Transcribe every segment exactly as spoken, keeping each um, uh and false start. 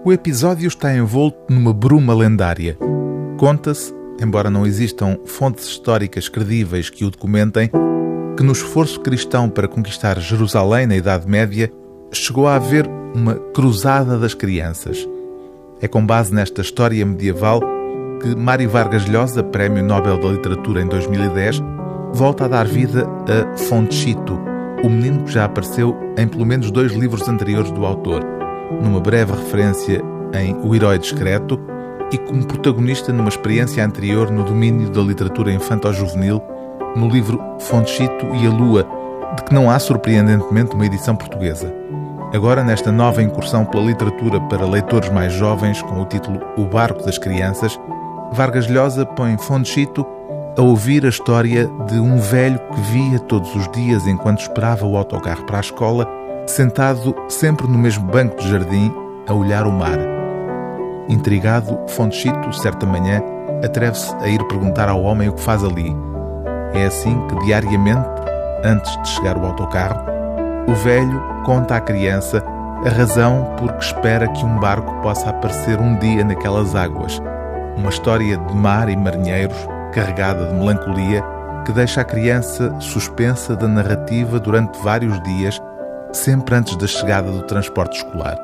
O episódio está envolto numa bruma lendária. Conta-se, embora não existam fontes históricas credíveis que o documentem, que no esforço cristão para conquistar Jerusalém na Idade Média, chegou a haver uma cruzada das crianças. É com base nesta história medieval que Mário Vargas Llosa, Prémio Nobel da Literatura em dois mil e dez, volta a dar vida a Fonchito, o menino que já apareceu em pelo menos dois livros anteriores do autor, numa breve referência em O Herói Discreto e como protagonista numa experiência anterior no domínio da literatura infanto-juvenil, no livro Fonchito e a Lua, de que não há surpreendentemente uma edição portuguesa. Agora, nesta nova incursão pela literatura para leitores mais jovens, com o título O Barco das Crianças, Vargas Llosa põe Fonchito a ouvir a história de um velho que via todos os dias, enquanto esperava o autocarro para a escola, sentado sempre no mesmo banco de jardim, a olhar o mar. Intrigado, Fonchito, certa manhã, atreve-se a ir perguntar ao homem o que faz ali. É assim que, diariamente, antes de chegar o autocarro, o velho conta à criança a razão por que espera que um barco possa aparecer um dia naquelas águas. Uma história de mar e marinheiros, carregada de melancolia, que deixa a criança suspensa da narrativa durante vários dias, sempre antes da chegada do transporte escolar.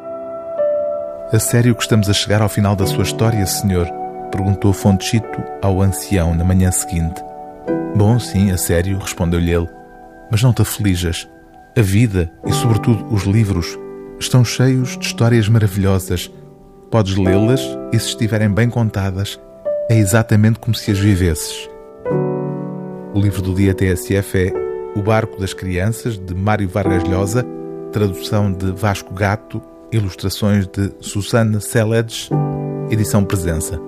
A sério que estamos a chegar ao final da sua história, senhor? Perguntou Fonchito ao ancião na manhã seguinte. Bom, sim, a sério, respondeu-lhe ele. Mas não te aflijas. A vida, e sobretudo os livros, estão cheios de histórias maravilhosas. Podes lê-las e, se estiverem bem contadas, é exatamente como se as vivesses. O livro do dia T S F é O Barco das Crianças, de Mário Vargas Llosa, tradução de Vasco Gato, ilustrações de Susana Seledes, edição Presença.